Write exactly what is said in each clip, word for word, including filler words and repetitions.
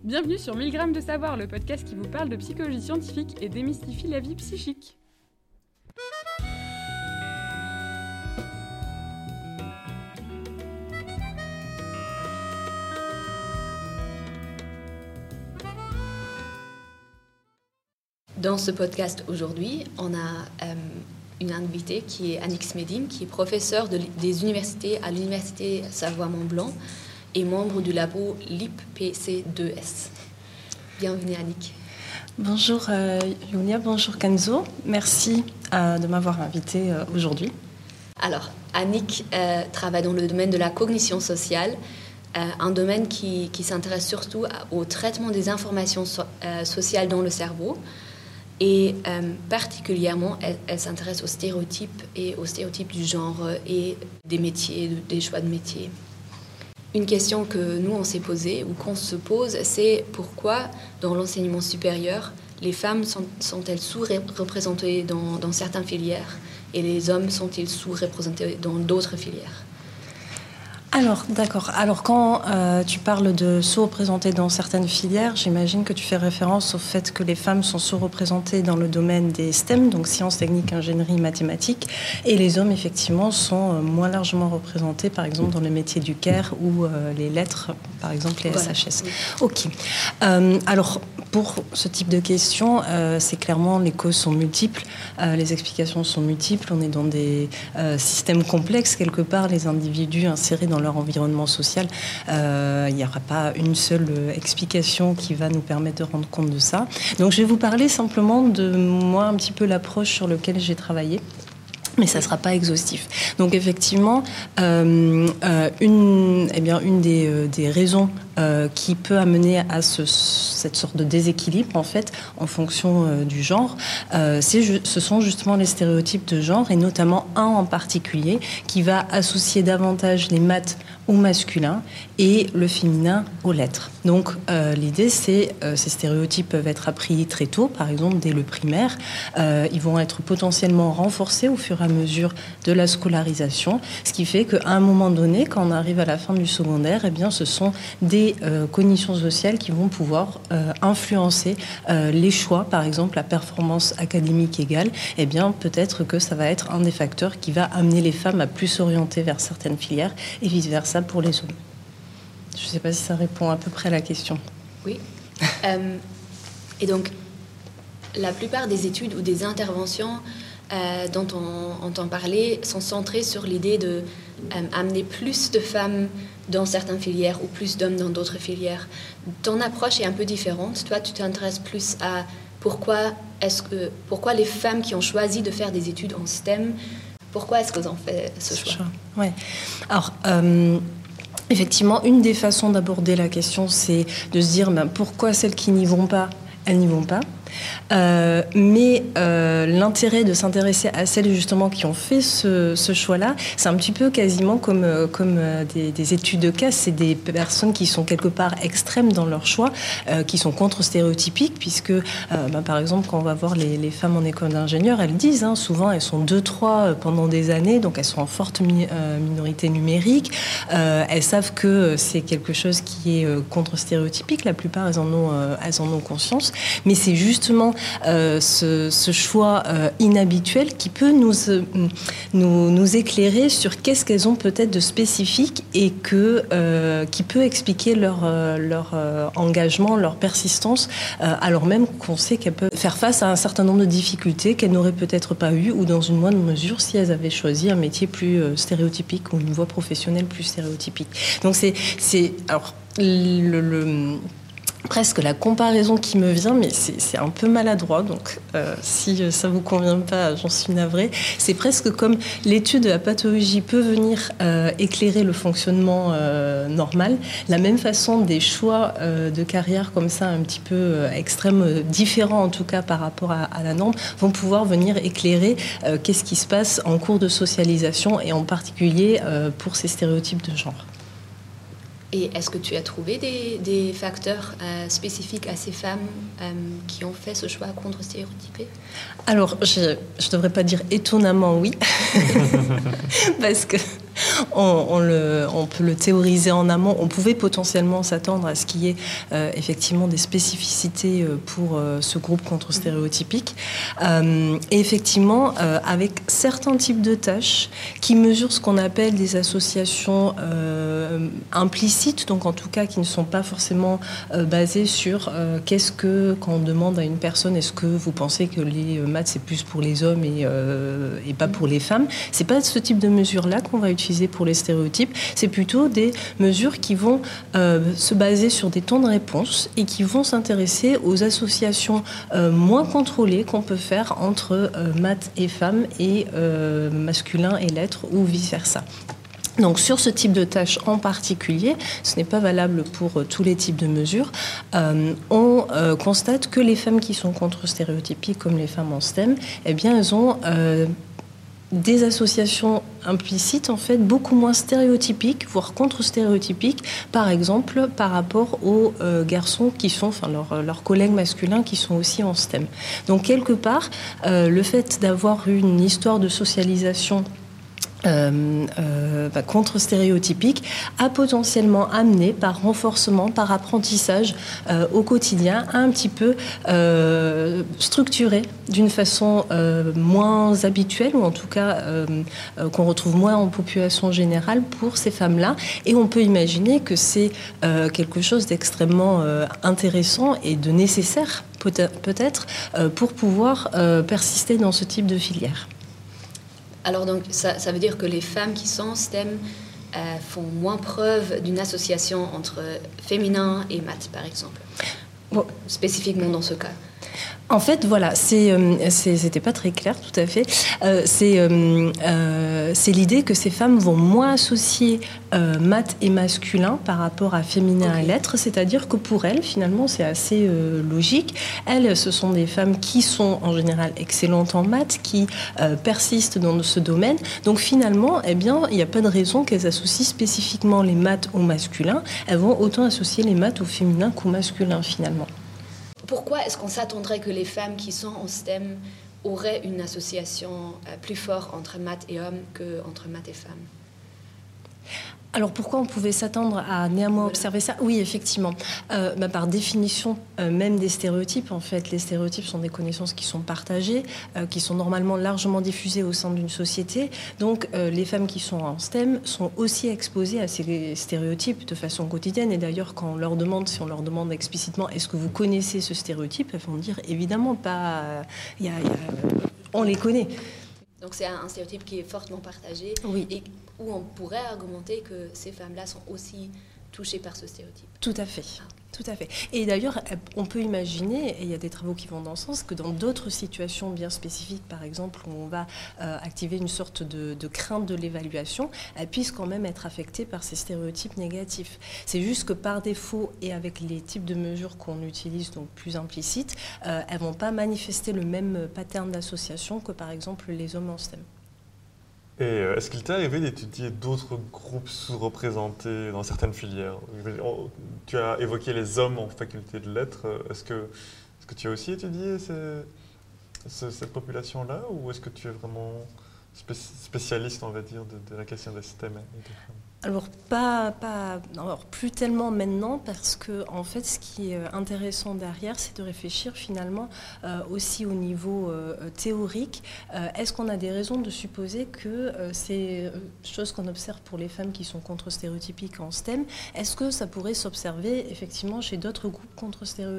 Bienvenue sur mille grammes de savoir, le podcast qui vous parle de psychologie scientifique et démystifie la vie psychique. Dans ce podcast aujourd'hui, on a euh, une invitée qui est Annick Smeding, qui est professeure de, des universités à l'université Savoie-Mont-Blanc et membre du labo L I P P C deux S. Bienvenue Annick. Bonjour euh, Julia, bonjour Kenzo. Merci euh, de m'avoir invitée euh, aujourd'hui. Alors, Annick euh, travaille dans le domaine de la cognition sociale, euh, un domaine qui, qui s'intéresse surtout au traitement des informations so- euh, sociales dans le cerveau. Et euh, particulièrement, elle, elle s'intéresse aux stéréotypes et aux stéréotypes du genre et des métiers, des choix de métiers. Une question que nous, on s'est posée ou qu'on se pose, c'est pourquoi, dans l'enseignement supérieur, les femmes sont, sont-elles sous-représentées dans, dans certaines filières et les hommes sont-ils sous-représentés dans d'autres filières ? Alors, d'accord. Alors, quand euh, tu parles de sous-représentées dans certaines filières, j'imagine que tu fais référence au fait que les femmes sont sous-représentées dans le domaine des S T E M, donc sciences, techniques, ingénierie, mathématiques, et les hommes, effectivement, sont moins largement représentés, par exemple, dans le métier du care ou euh, les lettres, par exemple, les voilà. S H S. Ok. Euh, alors, pour ce type de questions, euh, c'est clairement, les causes sont multiples, euh, les explications sont multiples, on est dans des euh, systèmes complexes, quelque part, les individus insérés dans leur environnement social, euh, il n'y aura pas une seule explication qui va nous permettre de rendre compte de ça. Donc je vais vous parler simplement de moi, un petit peu l'approche sur laquelle j'ai travaillé. Mais ça ne sera pas exhaustif. Donc effectivement, euh, euh, une, eh bien, une des, euh, des raisons euh, qui peut amener à ce, cette sorte de déséquilibre, en fait, en fonction euh, du genre, euh, c'est, ce sont justement les stéréotypes de genre, et notamment un en particulier, qui va associer davantage les maths au masculin et le féminin aux lettres. Donc euh, l'idée, c'est euh, ces stéréotypes peuvent être appris très tôt, par exemple dès le primaire. Euh, ils vont être potentiellement renforcés au fur et à mesure de la scolarisation, ce qui fait qu'à un moment donné, quand on arrive à la fin du secondaire, eh bien, ce sont des euh, cognitions sociales qui vont pouvoir euh, influencer euh, les choix, par exemple la performance académique égale. Eh bien, peut-être que ça va être un des facteurs qui va amener les femmes à plus s'orienter vers certaines filières et vice-versa pour les hommes. Je ne sais pas si ça répond à peu près à la question. Oui. euh, et donc, la plupart des études ou des interventions euh, dont on entend parler sont centrées sur l'idée de euh, amener plus de femmes dans certaines filières ou plus d'hommes dans d'autres filières. Ton approche est un peu différente. Toi, tu t'intéresses plus à pourquoi, est-ce que, pourquoi les femmes qui ont choisi de faire des études en S T E M, pourquoi est-ce qu'elles ont fait ce choix ? choix. Ouais. Alors, euh, effectivement, une des façons d'aborder la question, c'est de se dire ben, pourquoi celles qui n'y vont pas, elles n'y vont pas. Euh, mais euh, l'intérêt de s'intéresser à celles justement qui ont fait ce, ce choix-là, c'est un petit peu quasiment comme, comme des, des études de cas. C'est des personnes qui sont quelque part extrêmes dans leur choix, euh, qui sont contre-stéréotypiques, puisque euh, bah, par exemple quand on va voir les, les femmes en école d'ingénieur, elles disent hein, souvent elles sont deux trois pendant des années, donc elles sont en forte mi- euh, minorité numérique. Euh, elles savent que c'est quelque chose qui est euh, contre-stéréotypique. La plupart elles en ont, euh, elles en ont conscience, mais c'est juste justement euh, ce, ce choix euh, inhabituel qui peut nous, euh, nous, nous éclairer sur qu'est-ce qu'elles ont peut-être de spécifique et que, euh, qui peut expliquer leur, euh, leur euh, engagement, leur persistance, euh, alors même qu'on sait qu'elles peuvent faire face à un certain nombre de difficultés qu'elles n'auraient peut-être pas eues ou dans une moindre mesure si elles avaient choisi un métier plus euh, stéréotypique ou une voie professionnelle plus stéréotypique. Donc c'est... c'est alors, le... le presque la comparaison qui me vient, mais c'est, c'est un peu maladroit, donc euh, si ça vous convient pas, j'en suis navrée. C'est presque comme l'étude de la pathologie peut venir euh, éclairer le fonctionnement euh, normal. La même façon, des choix euh, de carrière comme ça, un petit peu euh, extrêmes, euh, différents en tout cas par rapport à, à la norme, vont pouvoir venir éclairer euh, qu'est-ce qui se passe en cours de socialisation et en particulier euh, pour ces stéréotypes de genre. Et est-ce que tu as trouvé des, des facteurs euh, spécifiques à ces femmes euh, qui ont fait ce choix contre-stéréotypé ? Alors, je ne devrais pas dire étonnamment oui, parce que on, on, le, on peut le théoriser en amont. On pouvait potentiellement s'attendre à ce qu'il y ait euh, effectivement des spécificités pour euh, ce groupe contre-stéréotypique. Euh, et effectivement, euh, avec certains types de tâches qui mesurent ce qu'on appelle des associations euh, implicites, donc en tout cas qui ne sont pas forcément euh, basées sur euh, qu'est-ce que, quand on demande à une personne, est-ce que vous pensez que les maths c'est plus pour les hommes et, euh, et pas pour les femmes, c'est pas ce type de mesures-là qu'on va utiliser pour les stéréotypes, c'est plutôt des mesures qui vont euh, se baser sur des temps de réponse et qui vont s'intéresser aux associations euh, moins contrôlées qu'on peut faire entre euh, maths et femmes et euh, masculin et lettres ou vice-versa. Donc sur ce type de tâches en particulier, ce n'est pas valable pour euh, tous les types de mesures, euh, on euh, constate que les femmes qui sont contre-stéréotypiques comme les femmes en STEM, eh bien elles ont euh, des associations implicites en fait beaucoup moins stéréotypiques, voire contre-stéréotypiques, par exemple par rapport aux euh, garçons qui sont, enfin leurs, leurs collègues masculins qui sont aussi en STEM. Donc quelque part, euh, le fait d'avoir une histoire de socialisation Euh, euh, bah, contre-stéréotypique a potentiellement amené par renforcement, par apprentissage euh, au quotidien, à un petit peu euh, structuré d'une façon euh, moins habituelle ou en tout cas euh, euh, qu'on retrouve moins en population générale pour ces femmes-là. Et on peut imaginer que c'est euh, quelque chose d'extrêmement euh, intéressant et de nécessaire peut-être, peut-être euh, pour pouvoir euh, persister dans ce type de filière. Alors donc ça, ça veut dire que les femmes qui sont en STEM euh, font moins preuve d'une association entre féminin et maths, par exemple, bon. Spécifiquement dans ce cas. En fait, voilà, c'est, euh, c'est, c'était pas très clair, tout à fait. Euh, c'est, euh, euh, c'est l'idée que ces femmes vont moins associer euh, maths et masculin par rapport à féminin okay. et lettres, c'est-à-dire que pour elles, finalement, c'est assez euh, logique. Elles, ce sont des femmes qui sont en général excellentes en maths, qui euh, persistent dans ce domaine. Donc finalement, eh bien, il n'y a pas de raison qu'elles associent spécifiquement les maths au masculin. Elles vont autant associer les maths au féminin qu'au masculin, finalement. Pourquoi est-ce qu'on s'attendrait que les femmes qui sont en STEM auraient une association plus forte entre maths et hommes qu'entre maths et femmes ? Alors pourquoi on pouvait s'attendre à néanmoins observer ça ? Oui, effectivement. Euh, bah, par définition, euh, même des stéréotypes, en fait, les stéréotypes sont des connaissances qui sont partagées, euh, qui sont normalement largement diffusées au sein d'une société. Donc euh, les femmes qui sont en STEM sont aussi exposées à ces stéréotypes de façon quotidienne. Et d'ailleurs, quand on leur demande, si on leur demande explicitement, est-ce que vous connaissez ce stéréotype ? Elles vont dire évidemment pas. Il y a, il y a... On les connaît. Donc c'est un stéréotype qui est fortement partagé oui. et où on pourrait argumenter que ces femmes-là sont aussi touchées par ce stéréotype. Tout à fait. Ah. Tout à fait. Et d'ailleurs, on peut imaginer, et il y a des travaux qui vont dans ce sens, que dans d'autres situations bien spécifiques, par exemple, où on va euh, activer une sorte de, de crainte de l'évaluation, elles puissent quand même être affectées par ces stéréotypes négatifs. C'est juste que par défaut, et avec les types de mesures qu'on utilise, donc plus implicites, euh, elles ne vont pas manifester le même pattern d'association que, par exemple, les hommes en STEM. Et est-ce qu'il t'est arrivé d'étudier d'autres groupes sous-représentés dans certaines filières ? Tu as évoqué les hommes en faculté de lettres. Est-ce que, est-ce que tu as aussi étudié ces, ce, cette population-là ou est-ce que tu es vraiment spécialiste, on va dire, de, de la question des STEM et des femmes ? Alors, pas, pas, alors, plus tellement maintenant, parce que, en fait, ce qui est intéressant derrière, c'est de réfléchir finalement euh, aussi au niveau euh, théorique. Euh, est-ce qu'on a des raisons de supposer que euh, ces choses qu'on observe pour les femmes qui sont contre-stéréotypiques en STEM, est-ce que ça pourrait s'observer effectivement chez d'autres groupes contre-stéréotypiques ?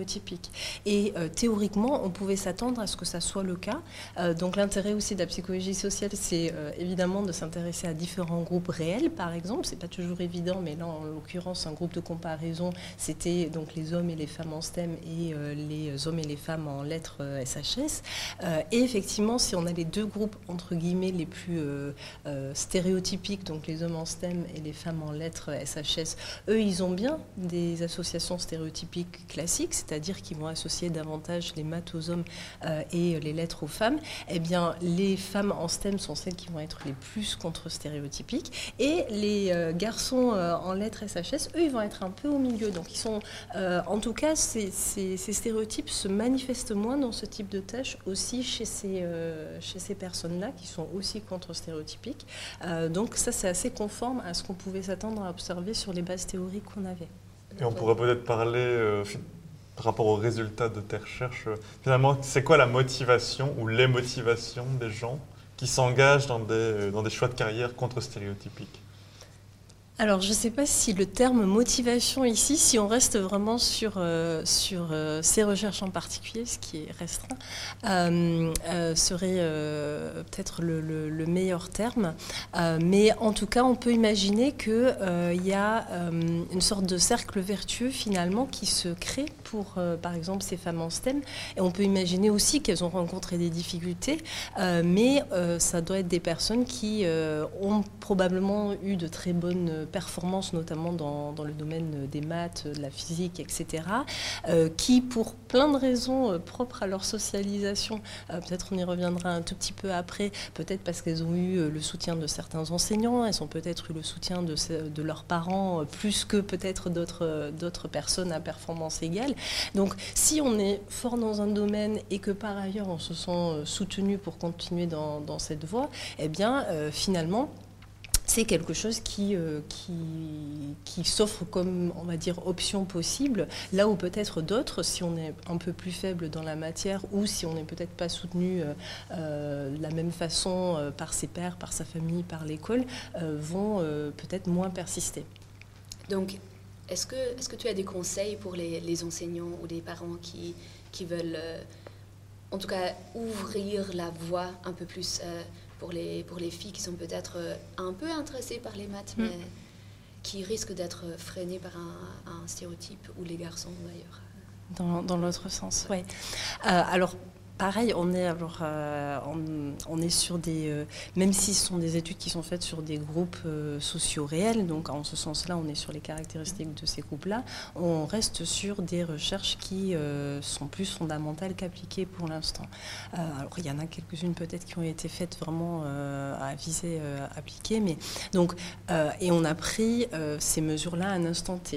Et euh, théoriquement, on pouvait s'attendre à ce que ça soit le cas. Euh, donc, l'intérêt aussi de la psychologie sociale, c'est euh, évidemment de s'intéresser à différents groupes réels, par exemple. C'est pas toujours évident, mais là, en l'occurrence, un groupe de comparaison, c'était donc les hommes et les femmes en STEM et euh, les hommes et les femmes en lettres euh, S H S. Euh, et effectivement, si on a les deux groupes, entre guillemets, les plus euh, euh, stéréotypiques, donc les hommes en STEM et les femmes en lettres S H S, eux, ils ont bien des associations stéréotypiques classiques, c'est-à-dire qu'ils vont associer davantage les maths aux hommes euh, et les lettres aux femmes. Eh bien, les femmes en STEM sont celles qui vont être les plus contre-stéréotypiques. Et les euh, euh, garçons euh, en lettres S H S, eux, ils vont être un peu au milieu. Donc, ils sont, euh, en tout cas, ces, ces, ces stéréotypes se manifestent moins dans ce type de tâches aussi chez ces, euh, chez ces personnes-là qui sont aussi contre-stéréotypiques. Euh, donc, ça, c'est assez conforme à ce qu'on pouvait s'attendre à observer sur les bases théoriques qu'on avait. Et on pourrait peut-être parler, euh, par rapport aux résultats de tes recherches, euh, finalement, c'est quoi la motivation ou les motivations des gens qui s'engagent dans des, dans des choix de carrière contre-stéréotypiques? Alors, je ne sais pas si le terme motivation ici, si on reste vraiment sur, euh, sur euh, ces recherches en particulier, ce qui est restreint, euh, euh, serait euh, peut-être le, le, le meilleur terme. Euh, mais en tout cas, on peut imaginer qu'il euh, y a euh, une sorte de cercle vertueux finalement qui se crée pour, euh, par exemple, ces femmes en STEM. Et on peut imaginer aussi qu'elles ont rencontré des difficultés, euh, mais euh, ça doit être des personnes qui euh, ont probablement eu de très bonnes performances, notamment dans, dans le domaine des maths, de la physique, et cetera, euh, qui, pour plein de raisons euh, propres à leur socialisation, euh, peut-être on y reviendra un tout petit peu après, peut-être parce qu'elles ont eu euh, le soutien de certains enseignants, elles ont peut-être eu le soutien de, de leurs parents, euh, plus que peut-être d'autres, euh, d'autres personnes à performance égale. Donc, si on est fort dans un domaine et que par ailleurs on se sent euh, soutenu pour continuer dans, dans cette voie, eh bien, euh, finalement, c'est quelque chose qui, euh, qui, qui s'offre comme, on va dire, option possible, là où peut-être d'autres, si on est un peu plus faible dans la matière ou si on n'est peut-être pas soutenu euh, euh, de la même façon euh, par ses pairs, par sa famille, par l'école, euh, vont euh, peut-être moins persister. Donc, est-ce que, est-ce que tu as des conseils pour les, les enseignants ou les parents qui, qui veulent, euh, en tout cas, ouvrir la voie un peu plus euh, pour les, pour les filles qui sont peut-être un peu intéressées par les maths, mais mmh. qui risquent d'être freinées par un, un stéréotype, ou les garçons d'ailleurs. Dans, dans l'autre sens, oui. Euh, alors, pareil, on est, alors, euh, on, on est sur des... Euh, même si ce sont des études qui sont faites sur des groupes euh, sociaux réels, donc en ce sens-là, on est sur les caractéristiques de ces groupes-là, on reste sur des recherches qui euh, sont plus fondamentales qu'appliquées pour l'instant. Euh, alors, il y en a quelques-unes peut-être qui ont été faites vraiment euh, à viser euh, appliquée, mais donc, euh, et on a pris euh, ces mesures-là à un instant T.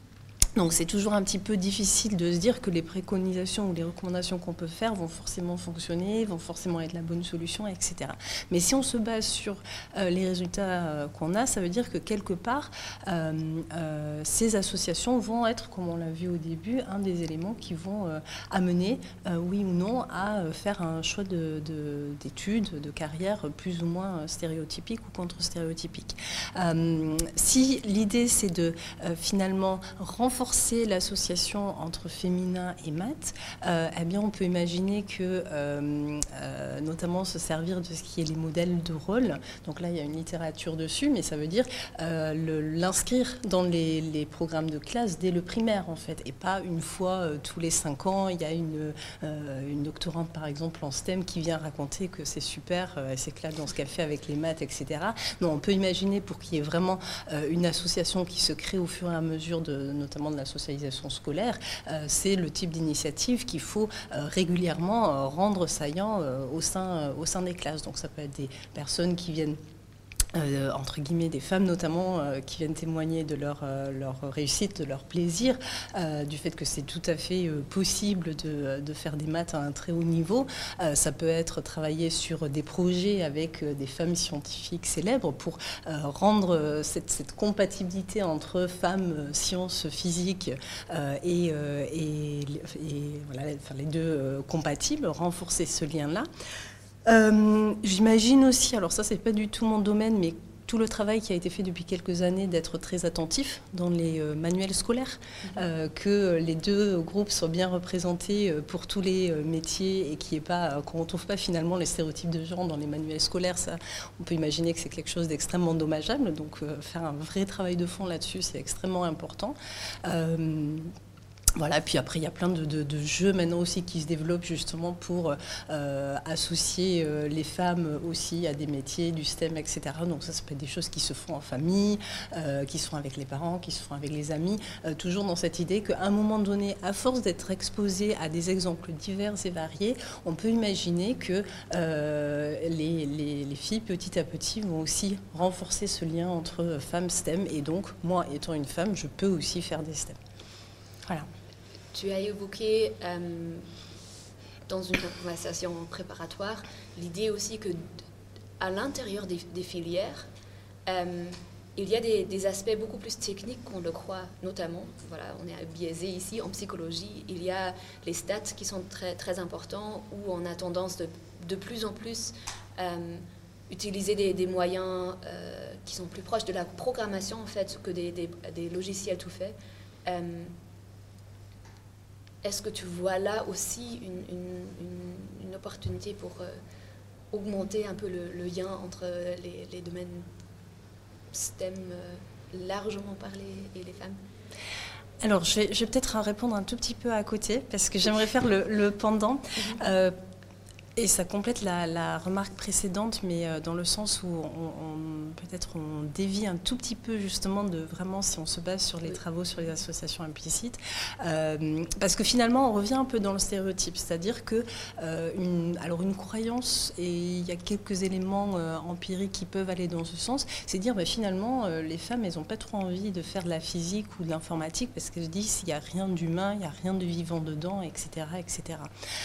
Donc c'est toujours un petit peu difficile de se dire que les préconisations ou les recommandations qu'on peut faire vont forcément fonctionner, vont forcément être la bonne solution, et cetera. Mais si on se base sur euh, les résultats euh, qu'on a, ça veut dire que quelque part, euh, euh, ces associations vont être, comme on l'a vu au début, un des éléments qui vont euh, amener, euh, oui ou non, à euh, faire un choix de, de, d'études, de carrière plus ou moins stéréotypique ou contre-stéréotypique. Euh, si l'idée c'est de euh, finalement renforcer renforcer l'association entre féminin et maths, euh, eh bien on peut imaginer que, euh, euh, notamment se servir de ce qui est les modèles de rôle. Donc là, il y a une littérature dessus, mais ça veut dire euh, le, l'inscrire dans les, les programmes de classe dès le primaire, en fait, et pas une fois euh, tous les cinq ans. Il y a une, euh, une doctorante, par exemple, en STEM qui vient raconter que c'est super, euh, elle s'éclate dans ce qu'elle fait avec les maths, et cetera. Non, on peut imaginer pour qu'il y ait vraiment euh, une association qui se crée au fur et à mesure de, notamment de la socialisation scolaire, euh, c'est le type d'initiative qu'il faut euh, régulièrement euh, rendre saillant euh, au sein, euh, au sein des classes. Donc ça peut être des personnes qui viennent Euh, entre guillemets, des femmes notamment, euh, qui viennent témoigner de leur, euh, leur réussite, de leur plaisir, euh, du fait que c'est tout à fait euh, possible de, de faire des maths à un très haut niveau. Euh, ça peut être travailler sur des projets avec euh, des femmes scientifiques célèbres pour euh, rendre euh, cette, cette compatibilité entre femmes, euh, sciences, physique euh, et, euh, et, et voilà, enfin, les deux euh, compatibles, renforcer ce lien-là. Euh, j'imagine aussi, alors ça c'est pas du tout mon domaine, mais tout le travail qui a été fait depuis quelques années d'être très attentif dans les euh, manuels scolaires, euh, que les deux groupes soient bien représentés euh, pour tous les euh, métiers et qu'il y ait pas, euh, qu'on ne retrouve pas finalement les stéréotypes de genre dans les manuels scolaires. Ça, on peut imaginer que c'est quelque chose d'extrêmement dommageable, donc euh, faire un vrai travail de fond là-dessus, c'est extrêmement important. Euh, Voilà, puis après, il y a plein de, de, de jeux maintenant aussi qui se développent justement pour euh, associer euh, les femmes aussi à des métiers du S T E M, et cetera. Donc ça, ça peut être des choses qui se font en famille, euh, qui se font avec les parents, qui se font avec les amis, euh, toujours dans cette idée qu'à un moment donné, à force d'être exposé à des exemples divers et variés, on peut imaginer que euh, les, les, les filles, petit à petit, vont aussi renforcer ce lien entre femmes S T E M. Et donc, moi, étant une femme, je peux aussi faire des S T E M. Voilà. Tu as évoqué euh, dans une conversation préparatoire l'idée aussi que à l'intérieur des, des filières, euh, il y a des, des aspects beaucoup plus techniques qu'on le croit, notamment, voilà, on est biaisé ici en psychologie, il y a les stats qui sont très, très importants, où on a tendance de, de plus en plus euh, utiliser des, des moyens euh, qui sont plus proches de la programmation en fait que des, des, des logiciels tout faits. Euh, Est-ce que tu vois là aussi une, une, une, une opportunité pour euh, augmenter un peu le, le lien entre les, les domaines S T E M euh, largement parlés et les femmes? Alors, je vais, je vais peut-être répondre un tout petit peu à côté, parce que j'aimerais faire le, le pendant. Mm-hmm. euh, Et ça complète la, la remarque précédente, mais dans le sens où on, on, peut-être on dévie un tout petit peu justement de vraiment si on se base sur les travaux sur les associations implicites, euh, parce que finalement on revient un peu dans le stéréotype, c'est-à-dire que euh, une, alors une croyance, et il y a quelques éléments euh, empiriques qui peuvent aller dans ce sens, c'est dire bah, finalement euh, les femmes elles n'ont pas trop envie de faire de la physique ou de l'informatique parce qu'elles se disent il n'y a rien d'humain, il n'y a rien de vivant dedans, et cetera, et cetera.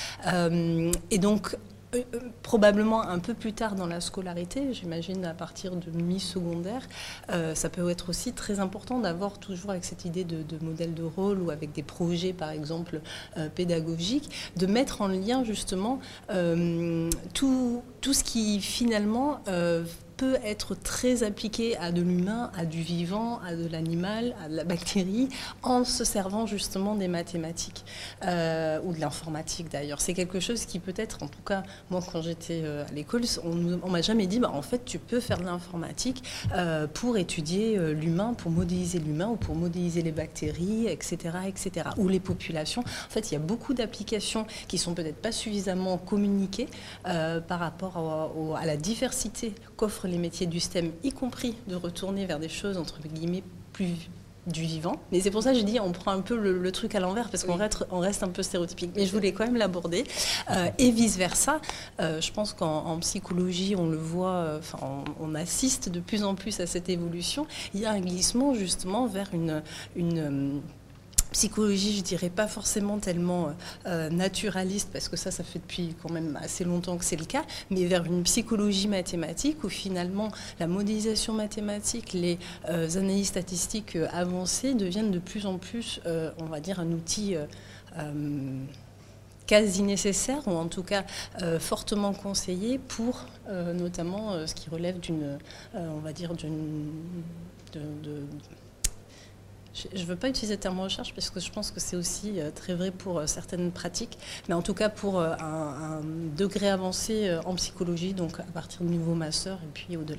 Euh, et donc Euh, probablement un peu plus tard dans la scolarité, j'imagine à partir de mi-secondaire, euh, ça peut être aussi très important d'avoir toujours avec cette idée de, de modèle de rôle ou avec des projets par exemple euh, pédagogiques, de mettre en lien justement euh, tout, tout ce qui finalement euh, peut être très appliqué à de l'humain, à du vivant, à de l'animal, à de la bactérie, en se servant justement des mathématiques euh, ou de l'informatique d'ailleurs. C'est quelque chose qui peut-être, en tout cas, moi quand j'étais euh, à l'école, on ne m'a jamais dit, bah, en fait tu peux faire de l'informatique euh, pour étudier euh, l'humain, pour modéliser l'humain ou pour modéliser les bactéries, et cetera, et cetera. Ou les populations. En fait, il y a beaucoup d'applications qui sont peut-être pas suffisamment communiquées euh, par rapport à, à, à la diversité qu'offre les métiers du S T E M, y compris de retourner vers des choses entre guillemets plus du vivant. Mais c'est pour ça que je dis on prend un peu le, le truc à l'envers parce qu'on oui. reste, on reste un peu stéréotypique. Mais je voulais quand même l'aborder. Euh, et vice-versa, euh, je pense qu'en en psychologie, on le voit, enfin, on, on assiste de plus en plus à cette évolution. Il y a un glissement justement vers une... une psychologie, je dirais pas forcément tellement euh, naturaliste, parce que ça, ça fait depuis quand même assez longtemps que c'est le cas, mais vers une psychologie mathématique où finalement la modélisation mathématique, les euh, analyses statistiques euh, avancées deviennent de plus en plus, euh, on va dire, un outil euh, euh, quasi nécessaire, ou en tout cas euh, fortement conseillé pour euh, notamment euh, ce qui relève d'une, euh, on va dire, d'une... De, de, je ne veux pas utiliser le terme recherche parce que je pense que c'est aussi très vrai pour certaines pratiques, mais en tout cas pour un, un degré avancé en psychologie, donc à partir du niveau master et puis au-delà.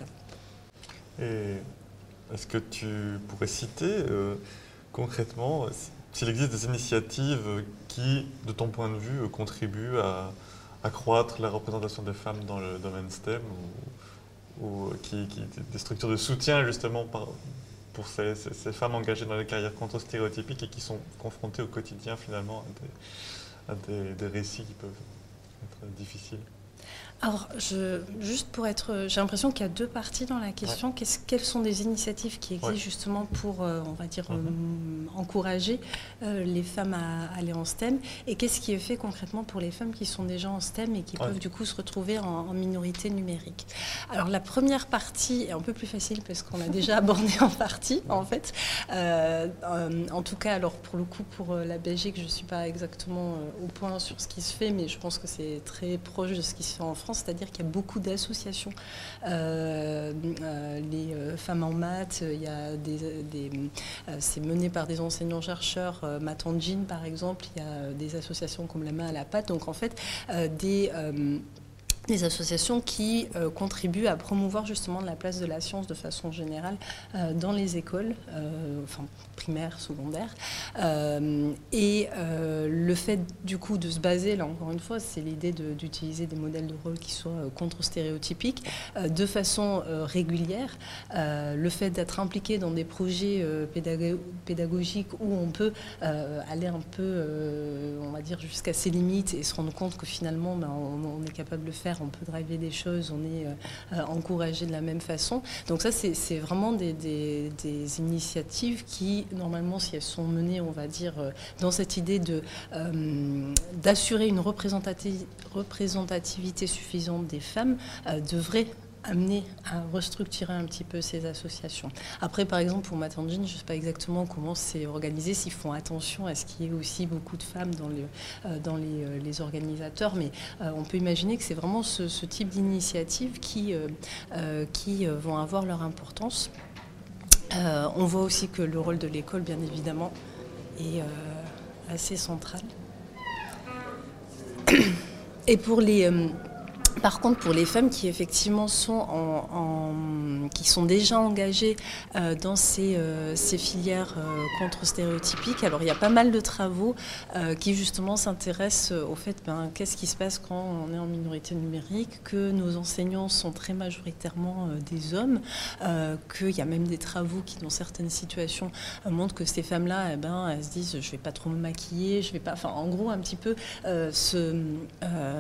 Et est-ce que tu pourrais citer euh, concrètement s'il existe des initiatives qui, de ton point de vue, contribuent à accroître la représentation des femmes dans le domaine S T E M ou, ou qui, qui, des structures de soutien justement par, pour ces, ces, ces femmes engagées dans les carrières contre-stéréotypiques et qui sont confrontées au quotidien finalement à des, à des, des récits qui peuvent être difficiles? Alors, je, juste pour être... J'ai l'impression qu'il y a deux parties dans la question. Ouais. Quelles sont des initiatives qui existent ouais. justement pour, euh, on va dire, mm-hmm. euh, encourager euh, les femmes à, à aller en S T E M? Et qu'est-ce qui est fait concrètement pour les femmes qui sont déjà en S T E M et qui ouais. peuvent du coup se retrouver en, en minorité numérique? Alors, la première partie est un peu plus facile parce qu'on l'a déjà abordé en partie, en fait. Euh, euh, en tout cas, alors pour le coup, pour la Belgique, je ne suis pas exactement euh, au point sur ce qui se fait, mais je pense que c'est très proche de ce qui se fait en France. C'est-à-dire qu'il y a beaucoup d'associations, euh, euh, les euh, femmes en maths, il y a des, des, euh, c'est mené par des enseignants-chercheurs, euh, Math Engine par exemple, il y a des associations comme La Main à la Pâte, donc en fait euh, des... Euh, des associations qui euh, contribuent à promouvoir justement la place de la science de façon générale euh, dans les écoles, euh, enfin primaires, secondaires. Euh, et euh, le fait du coup de se baser, là encore une fois, c'est l'idée de, d'utiliser des modèles de rôle qui soient euh, contre-stéréotypiques euh, de façon euh, régulière. Euh, le fait d'être impliqué dans des projets euh, pédago- pédagogiques où on peut euh, aller un peu, euh, on va dire, jusqu'à ses limites et se rendre compte que finalement ben, on, on est capable de le faire, on peut driver des choses, on est euh, encouragé de la même façon. Donc ça, c'est, c'est vraiment des, des, des initiatives qui, normalement, si elles sont menées, on va dire, euh, dans cette idée de, euh, d'assurer une représentati- représentativité suffisante des femmes, euh, devraient amener à restructurer un petit peu ces associations. Après, par exemple, pour Matangine, je ne sais pas exactement comment c'est organisé, s'ils font attention à ce qu'il y ait aussi beaucoup de femmes dans, le, euh, dans les, euh, les organisateurs, mais euh, on peut imaginer que c'est vraiment ce, ce type d'initiatives qui, euh, euh, qui euh, vont avoir leur importance. Euh, on voit aussi que le rôle de l'école, bien évidemment, est euh, assez central. Et pour les... Euh, Par contre, pour les femmes qui effectivement sont, en, en, qui sont déjà engagées euh, dans ces, euh, ces filières euh, contre-stéréotypiques, alors il y a pas mal de travaux euh, qui justement s'intéressent au fait ben, qu'est-ce qui se passe quand on est en minorité numérique, que nos enseignants sont très majoritairement euh, des hommes, euh, qu'il y a même des travaux qui, dans certaines situations, euh, montrent que ces femmes-là, eh ben, elles se disent je vais pas trop me maquiller, je vais pas, enfin en gros un petit peu euh, ce euh,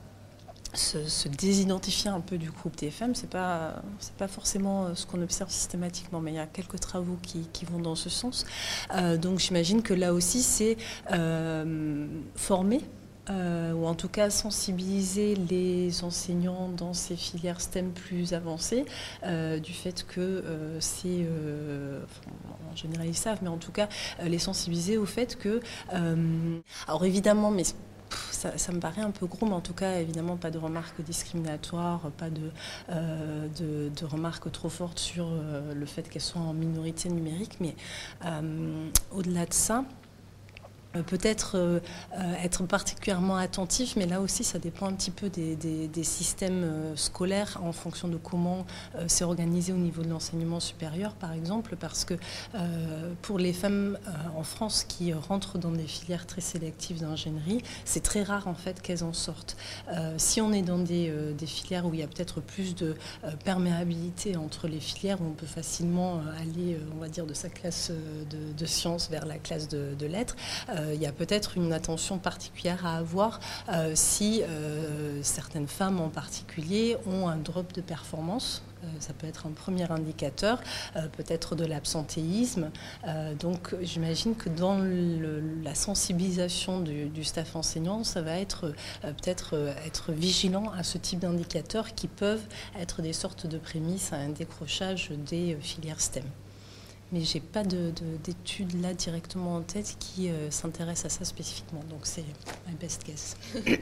Se, se désidentifier un peu du groupe des femmes, c'est pas, c'est pas forcément ce qu'on observe systématiquement, mais il y a quelques travaux qui, qui vont dans ce sens. Euh, donc j'imagine que là aussi, c'est euh, former, euh, ou en tout cas sensibiliser les enseignants dans ces filières S T E M plus avancées, euh, du fait que euh, c'est, euh, enfin, en général ils savent, mais en tout cas euh, les sensibiliser au fait que, euh, alors évidemment, mais Ça, ça me paraît un peu gros, mais en tout cas, évidemment, pas de remarques discriminatoires, pas de, euh, de, de remarques trop fortes sur euh, le fait qu'elles soient en minorité numérique. Mais euh, au-delà de ça, Euh, peut-être euh, euh, être particulièrement attentif, mais là aussi ça dépend un petit peu des, des, des systèmes euh, scolaires en fonction de comment euh, c'est organisé au niveau de l'enseignement supérieur, par exemple, parce que euh, pour les femmes euh, en France qui rentrent dans des filières très sélectives d'ingénierie, c'est très rare en fait qu'elles en sortent. Euh, si on est dans des, euh, des filières où il y a peut-être plus de euh, perméabilité entre les filières, où on peut facilement euh, aller, euh, on va dire, de sa classe euh, de, de sciences vers la classe de, de lettres, euh, il y a peut-être une attention particulière à avoir euh, si euh, certaines femmes en particulier ont un drop de performance. Euh, ça peut être un premier indicateur, euh, peut-être de l'absentéisme. Euh, donc j'imagine que dans le, la sensibilisation du, du staff enseignant, ça va être euh, peut-être euh, être vigilant à ce type d'indicateurs qui peuvent être des sortes de prémices à un décrochage des filières S T E M. Mais je n'ai pas de, de, d'études là directement en tête qui euh, s'intéressent à ça spécifiquement. Donc c'est my best guess.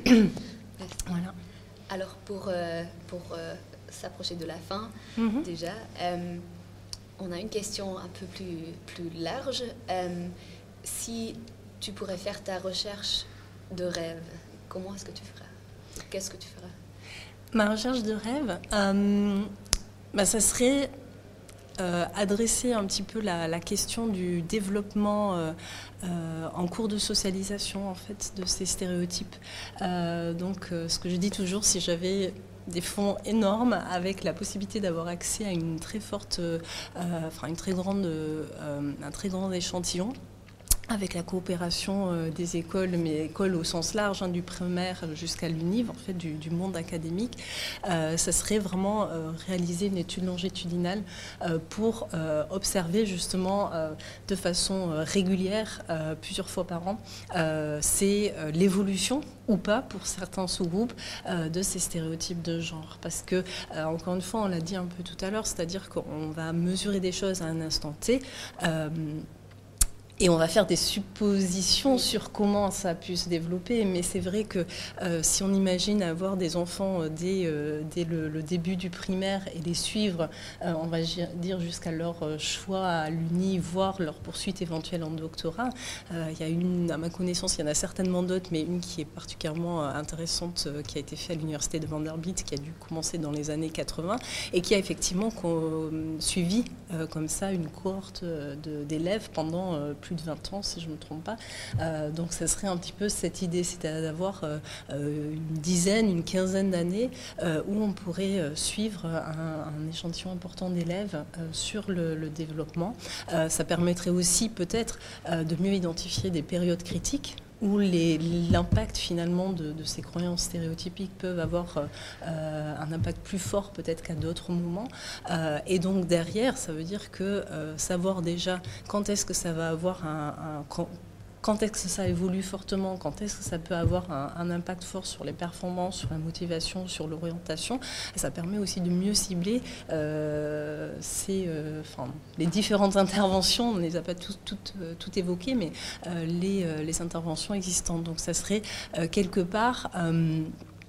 Voilà. Alors pour, euh, pour euh, s'approcher de la fin, Mm-hmm. déjà, euh, on a une question un peu plus, plus large. Euh, si tu pourrais faire ta recherche de rêve, comment est-ce que tu feras? Qu'est-ce que tu feras? Ma recherche de rêve, euh, bah, ça serait... Euh, adresser un petit peu la, la question du développement euh, euh, en cours de socialisation en fait de ces stéréotypes. Euh, donc euh, ce que je dis toujours, si j'avais des fonds énormes avec la possibilité d'avoir accès à une très forte, euh, enfin une très grande, euh, un très grand échantillon, avec la coopération euh, des écoles, mais écoles au sens large, hein, du primaire jusqu'à l'univ, en fait, du, du monde académique, euh, ça serait vraiment euh, réaliser une étude longitudinale euh, pour euh, observer justement euh, de façon euh, régulière, euh, plusieurs fois par an, euh, c'est euh, l'évolution ou pas pour certains sous-groupes euh, de ces stéréotypes de genre. Parce que, euh, encore une fois, on l'a dit un peu tout à l'heure, c'est-à-dire qu'on va mesurer des choses à un instant T. Euh, Et on va faire des suppositions sur comment ça a pu se développer, mais c'est vrai que euh, si on imagine avoir des enfants dès, euh, dès le, le début du primaire et les suivre, euh, on va dire jusqu'à leur choix à l'Uni, voire leur poursuite éventuelle en doctorat, euh, il y a une, à ma connaissance, il y en a certainement d'autres, mais une qui est particulièrement intéressante, euh, qui a été faite à l'université de Vanderbilt, qui a dû commencer dans les années quatre-vingts, et qui a effectivement euh, suivi euh, comme ça une cohorte de, d'élèves pendant euh, plus de vingt ans, si je ne me trompe pas. Euh, donc, ça serait un petit peu cette idée, c'est d'avoir euh, une dizaine, une quinzaine d'années euh, où on pourrait euh, suivre un, un échantillon important d'élèves euh, sur le, le développement. Euh, ça permettrait aussi peut-être euh, de mieux identifier des périodes critiques où les, l'impact finalement de, de ces croyances stéréotypiques peuvent avoir euh, un impact plus fort peut-être qu'à d'autres moments. Euh, et donc derrière, ça veut dire que euh, savoir déjà quand est-ce que ça va avoir un... un quand, Quand est-ce que ça évolue fortement, quand est-ce que ça peut avoir un, un impact fort sur les performances, sur la motivation, sur l'orientation. Et ça permet aussi de mieux cibler euh, ces, euh, enfin, les différentes interventions. On ne les a pas toutes, toutes, toutes évoquées, mais euh, les, euh, les interventions existantes. Donc ça serait euh, quelque part... Euh,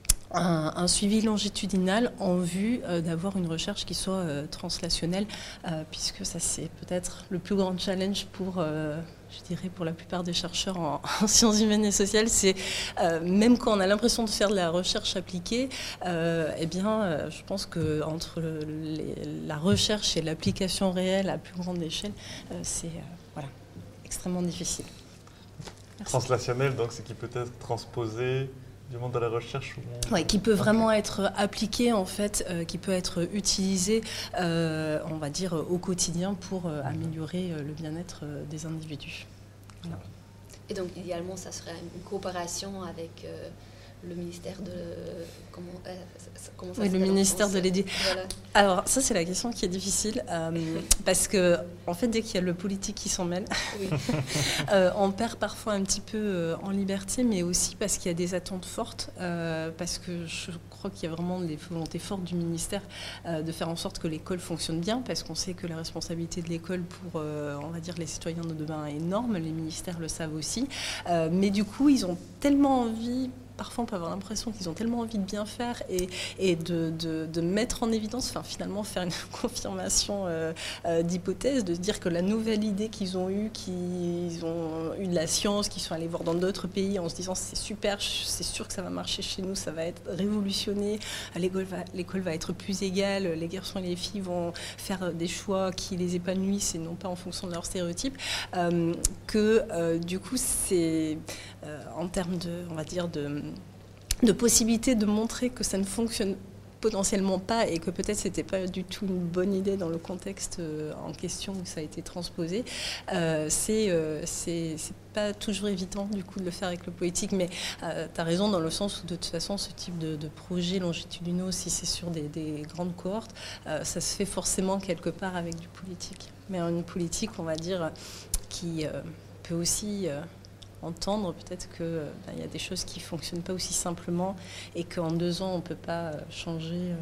Un, un suivi longitudinal en vue euh, d'avoir une recherche qui soit euh, translationnelle, euh, puisque ça c'est peut-être le plus grand challenge pour, euh, je dirais, pour la plupart des chercheurs en, en sciences humaines et sociales, c'est euh, même quand on a l'impression de faire de la recherche appliquée, euh, eh bien, euh, je pense que entre le, les, la recherche et l'application réelle à plus grande échelle, euh, c'est euh, voilà, extrêmement difficile. Merci. Translationnel, donc c'est qui peut être transposé du monde de la recherche ou... Oui, qui peut vraiment okay. être appliqué, en fait, euh, qui peut être utilisé, euh, on va dire, au quotidien pour euh, améliorer euh, le bien-être euh, des individus. Voilà. Et donc, idéalement, ça serait une coopération avec euh, le ministère de... Comment, euh, comment ça oui, le ministère de l'Éducation. Voilà. Alors, ça, c'est la question qui est difficile, euh, parce que, en fait, dès qu'il y a le politique qui s'en mêle, oui. euh, on perd parfois un petit peu euh, en liberté, mais aussi parce qu'il y a des attentes fortes, euh, parce que je crois qu'il y a vraiment des volontés fortes du ministère euh, de faire en sorte que l'école fonctionne bien, parce qu'on sait que la responsabilité de l'école pour, euh, on va dire, les citoyens de demain est énorme, les ministères le savent aussi, euh, mais du coup, ils ont tellement envie... Parfois, on peut avoir l'impression qu'ils ont tellement envie de bien faire et, et de, de, de mettre en évidence, enfin, finalement, faire une confirmation euh, euh, d'hypothèse, de se dire que la nouvelle idée qu'ils ont eue, qu'ils ont eu de la science, qu'ils sont allés voir dans d'autres pays en se disant c'est super, c'est sûr que ça va marcher chez nous, ça va être révolutionné, l'école va, l'école va être plus égale, les garçons et les filles vont faire des choix qui les épanouissent et non pas en fonction de leurs stéréotypes, euh, que euh, du coup, c'est euh, en termes de, on va dire, de de possibilité de montrer que ça ne fonctionne potentiellement pas et que peut-être c'était pas du tout une bonne idée dans le contexte euh, en question où ça a été transposé, euh, c'est, euh, c'est, c'est pas toujours évident du coup de le faire avec le politique, mais euh, tu as raison dans le sens où de toute façon ce type de, de projet longitudinaux, si c'est sur des, des grandes cohortes, euh, ça se fait forcément quelque part avec du politique. Mais une politique, on va dire, qui euh, peut aussi... Euh, entendre peut-être qu'il euh, ben, y a des choses qui ne fonctionnent pas aussi simplement et qu'en deux ans, on ne peut pas euh, changer euh,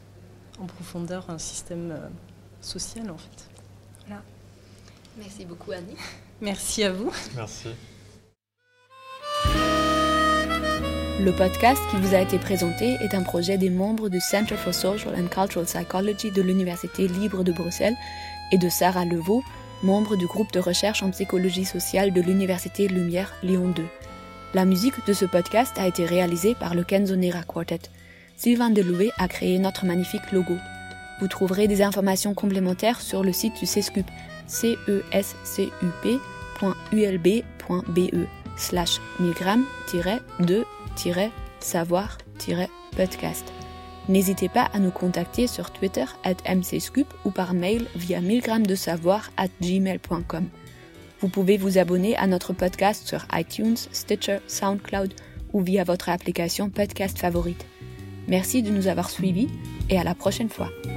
en profondeur un système euh, social, en fait. Voilà. Merci beaucoup, Annie. Merci à vous. Merci. Le podcast qui vous a été présenté est un projet des membres du Center for Social and Cultural Psychology de l'Université libre de Bruxelles et de Sarah Levaux, membre du groupe de recherche en psychologie sociale de l'Université Lumière Lyon deux. La musique de ce podcast a été réalisée par le Kenzonera Quartet. Sylvain Deloué a créé notre magnifique logo. Vous trouverez des informations complémentaires sur le site du CESCUP, c e s c u p point u l b point b e slash milgram deux savoir podcast. N'hésitez pas à nous contacter sur Twitter at m c scoop ou par mail via milgramdesavoir at gmail point com. Vous pouvez vous abonner à notre podcast sur iTunes, Stitcher, SoundCloud ou via votre application podcast favorite. Merci de nous avoir suivis et à la prochaine fois.